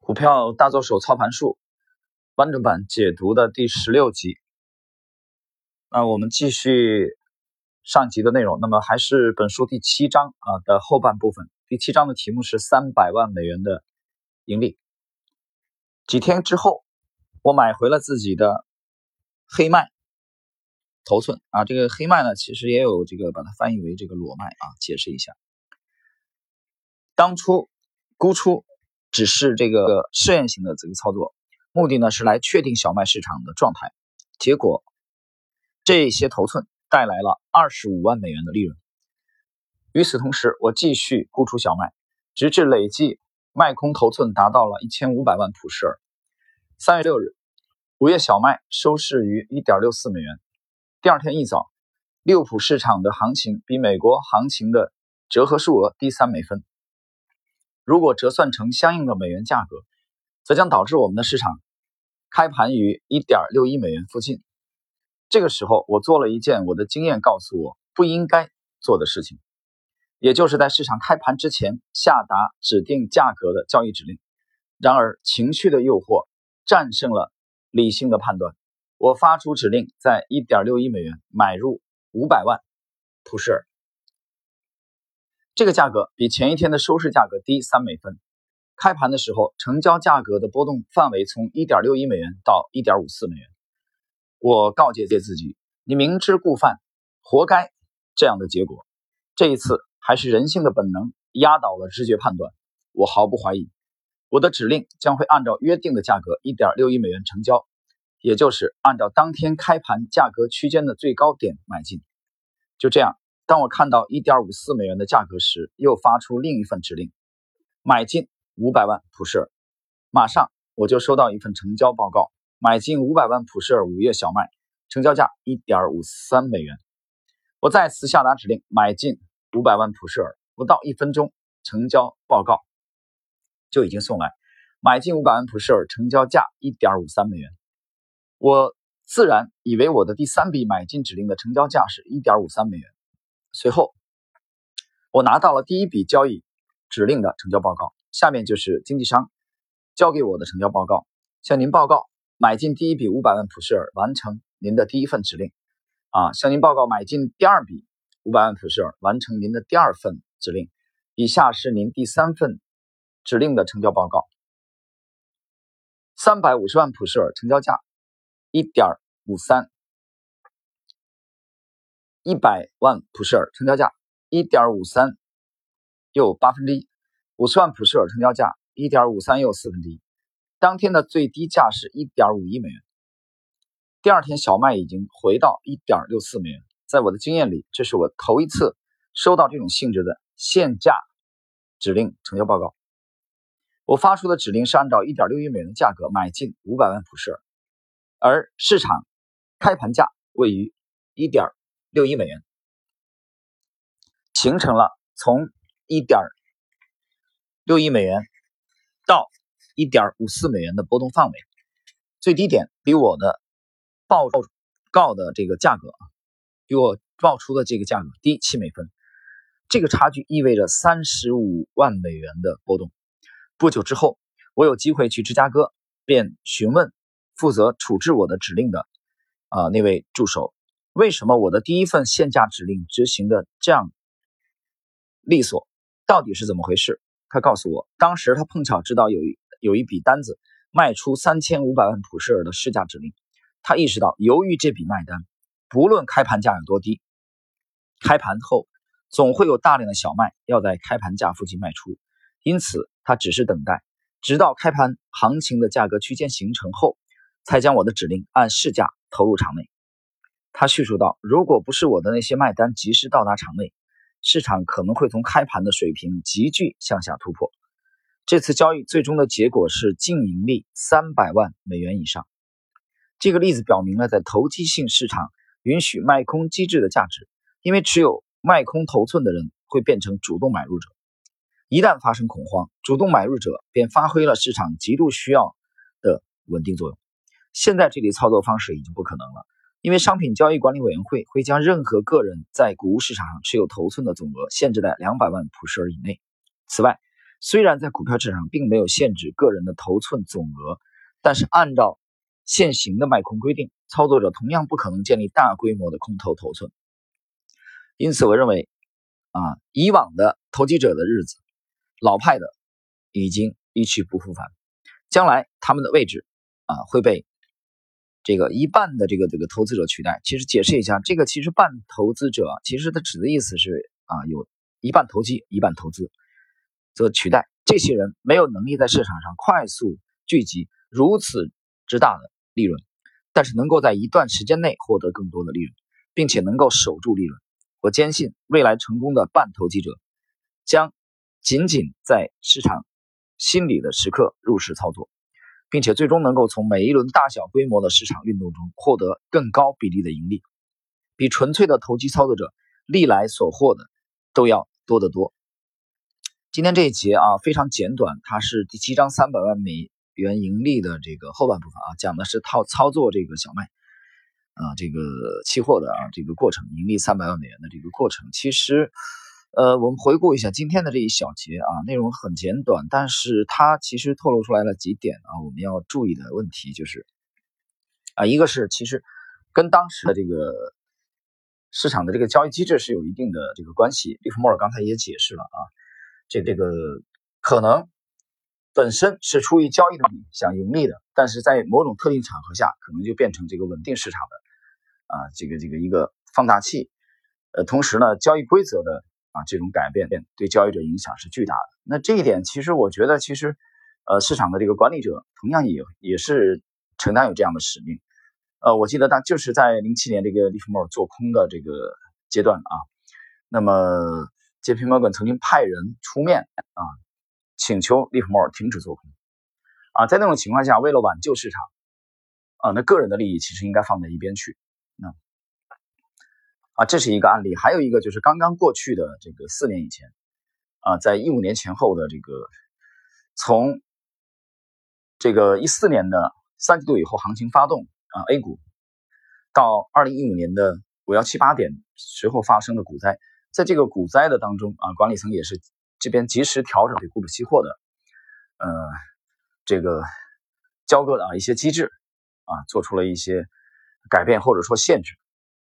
股票大作手操盘术完整版解读的第16集。那我们继续上集的内容，那么还是本书第7章的后半部分。第7章的题目是300万美元的盈利。几天之后，我买回了自己的黑麦头寸这个黑麦呢，其实也有这个把它翻译为这个裸麦解释一下。当初估出只是这个试验型的这个操作，目的呢是来确定小麦市场的状态。结果这些头寸带来了25万美元的利润。与此同时，我继续估出小麦，直至累计卖空头寸达到了1500万普氏尔。3月6日，5月小麦收市于 1.64 美元。第二天一早，利物浦市场的行情比美国行情的折合数额低3美分。如果折算成相应的美元价格，则将导致我们的市场开盘于 1.61 美元附近。这个时候，我做了一件我的经验告诉我不应该做的事情，也就是在市场开盘之前下达指定价格的交易指令。然而，情绪的诱惑战胜了理性的判断，我发出指令，在 1.61 美元买入500万普氏尔。这个价格比前一天的收市价格低3美分。开盘的时候，成交价格的波动范围从 1.61 美元到 1.54 美元。我告诫自己，你明知故犯，活该这样的结果。这一次还是人性的本能压倒了直觉判断。我毫不怀疑，我的指令将会按照约定的价格 1.61 美元成交，也就是按照当天开盘价格区间的最高点买进。就这样，当我看到 1.54 美元的价格时，又发出另一份指令，买进500万普氏尔。马上我就收到一份成交报告，买进500万普氏尔5月小麦，成交价 1.53 美元。我再次下达指令，买进500万普氏尔。不到1分钟，成交报告就已经送来，买进500万普氏尔，成交价 1.53 美元。我自然以为我的第3笔买进指令的成交价是 1.53 美元。随后我拿到了第一笔交易指令的成交报告，下面就是经纪商交给我的成交报告。向您报告买进第一笔500万普氏尔，完成您的第一份指令。向您报告买进第二笔500万普氏尔，完成您的第二份指令。以下是您第3份指令的成交报告。350万普氏尔，成交价 1.53。100万普氏尔，成交价 1.53 又1/8。50万普氏尔，成交价 1.53 又1/4。当天的最低价是 1.51 美元。第二天小麦已经回到 1.64 美元。在我的经验里，这是我头一次收到这种性质的限价指令成交报告。我发出的指令是按照 1.61 美元的价格买进500万普氏尔，而市场开盘价位于 1.61 美元，形成了从 1.61 美元到 1.54 美元的波动范围。最低点比我的报告的这个价格比我报出的这个价格低7美分。这个差距意味着35万美元的波动。不久之后，我有机会去芝加哥，便询问负责处置我的指令的那位助手，为什么我的第一份限价指令执行的这样利索，到底是怎么回事？他告诉我，当时他碰巧知道有一笔单子卖出3500万普氏尔的市价指令。他意识到，由于这笔卖单不论开盘价有多低，开盘后总会有大量的小麦要在开盘价附近卖出，因此他只是等待，直到开盘行情的价格区间形成后，才将我的指令按市价投入场内。他叙述道，如果不是我的那些卖单及时到达场内，市场可能会从开盘的水平急剧向下突破。这次交易最终的结果是净盈利300万美元以上。这个例子表明了在投机性市场允许卖空机制的价值，因为持有卖空头寸的人会变成主动买入者。一旦发生恐慌，主动买入者便发挥了市场极度需要的稳定作用。现在这类操作方式已经不可能了，因为商品交易管理委员会会将任何个人在谷物市场上持有头寸的总额限制在200万普氏尔以内。此外， 虽然在股票市场并没有限制个人的头寸总额，但是按照现行的卖空规定，操作者同样不可能建立大规模的空头头寸。因此我认为以往的投机者的日子，老派的已经一去不复返，将来他们的位置会被这个一半的这个投资者取代。其实解释一下，这个其实半投资者其实它指的意思是有一半投机一半投资，则取代这些人没有能力在市场上快速聚集如此之大的利润，但是能够在一段时间内获得更多的利润，并且能够守住利润。我坚信未来成功的半投机者将仅仅在市场心理的时刻入市操作，并且最终能够从每一轮大小规模的市场运动中获得更高比例的盈利，比纯粹的投机操作者历来所获的都要多得多。今天这一节非常简短，它是第7章300万美元盈利的这个后半部分讲的是操作这个小麦这个期货的这个过程，盈利300万美元的这个过程。其实我们回顾一下今天的这一小节内容很简短，但是它其实透露出来了几点我们要注意的问题，就是一个是其实跟当时的这个市场的这个交易机制是有一定的这个关系。利弗莫尔刚才也解释了这个可能本身是出于交易的目的想盈利的，但是在某种特定场合下可能就变成这个稳定市场的这个一个放大器。同时呢，交易规则的这种改变对交易者影响是巨大的。那这一点其实我觉得市场的这个管理者同样也是承担有这样的使命。我记得就是在07年这个利弗莫尔做空的这个阶段那么JP Morgan 曾经派人出面请求利弗莫尔停止做空在那种情况下，为了挽救市场那个人的利益其实应该放在一边去。这是一个案例。还有一个就是刚刚过去的这个4年以前在15年前后的这个从这个14年的3季度以后行情发动A 股到2015年的5178点随后发生的股灾，在这个股灾的当中管理层也是这边及时调整对股指期货的这个交割的一些机制做出了一些改变或者说限制。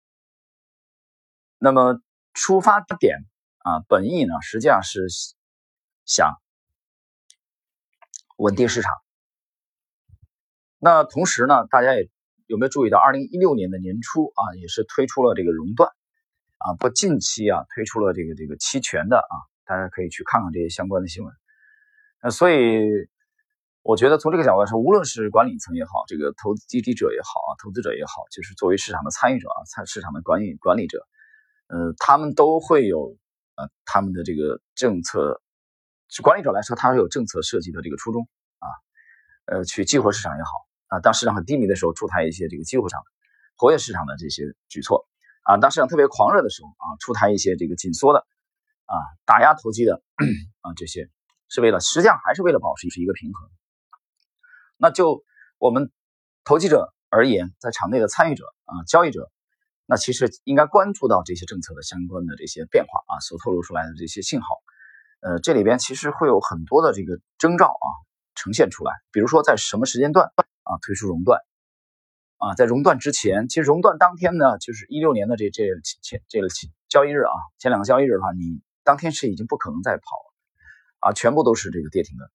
那么出发点本意呢实际上是想稳定市场。那同时呢，大家也有没有注意到2016年的年初也是推出了这个熔断不近期推出了这个期权的大家可以去看看这些相关的新闻。所以我觉得从这个角度来说，无论是管理层也好，这个投机者也好投资者也好，就是作为市场的参与者市场的管理者他们都会有他们的这个政策，管理者来说他会有政策设计的这个初衷去激活市场也好当市场很低迷的时候出台一些这个激活市场活跃市场的这些举措当市场特别狂热的时候出台一些这个紧缩的打压投机的这些是实际上还是为了保持一个平衡。那就我们投机者而言，在场内的参与者交易者，那其实应该关注到这些政策的相关的这些变化所透露出来的这些信号。这里边其实会有很多的这个征兆呈现出来，比如说在什么时间段推出熔断在熔断之前，其实熔断当天呢，就是16年的这个交易日前2个交易日的话，你当天是已经不可能再跑全部都是这个跌停的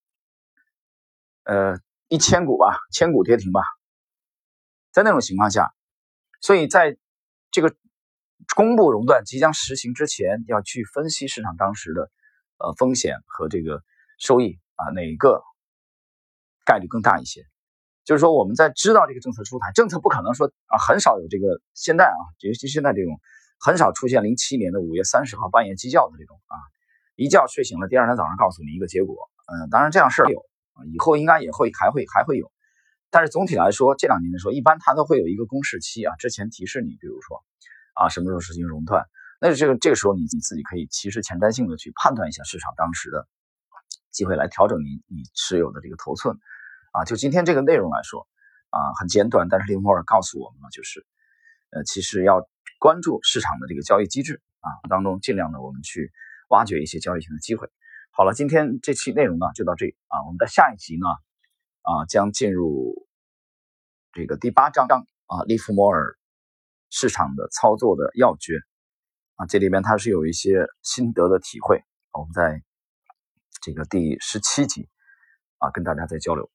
1000股吧，1000股跌停吧。在那种情况下，所以在这个公布熔断即将实行之前，要去分析市场当时的风险和这个收益哪一个概率更大一些。就是说我们在知道这个政策出台，政策不可能说很少有这个现在尤其现在这种很少出现07年的5月30号半夜鸡叫的这种一觉睡醒了第2天早上告诉你一个结果。当然这样事有以后应该也会还会有，但是总体来说这2年的时候，一般它都会有一个公示期之前提示你，比如说什么时候实行熔断，那这个时候你自己可以其实前瞻性的去判断一下市场当时的机会，来调整你持有的这个头寸就今天这个内容来说很简短，但是利弗莫尔告诉我们就是其实要关注市场的这个交易机制当中尽量的我们去挖掘一些交易性的机会。 好了，今天这期内容呢就到这里啊，我们在下一集呢将进入这个第8章啊，利弗莫尔市场的操作的要诀啊，这里边它是有一些心得的体会，我们在这个第17集跟大家再交流。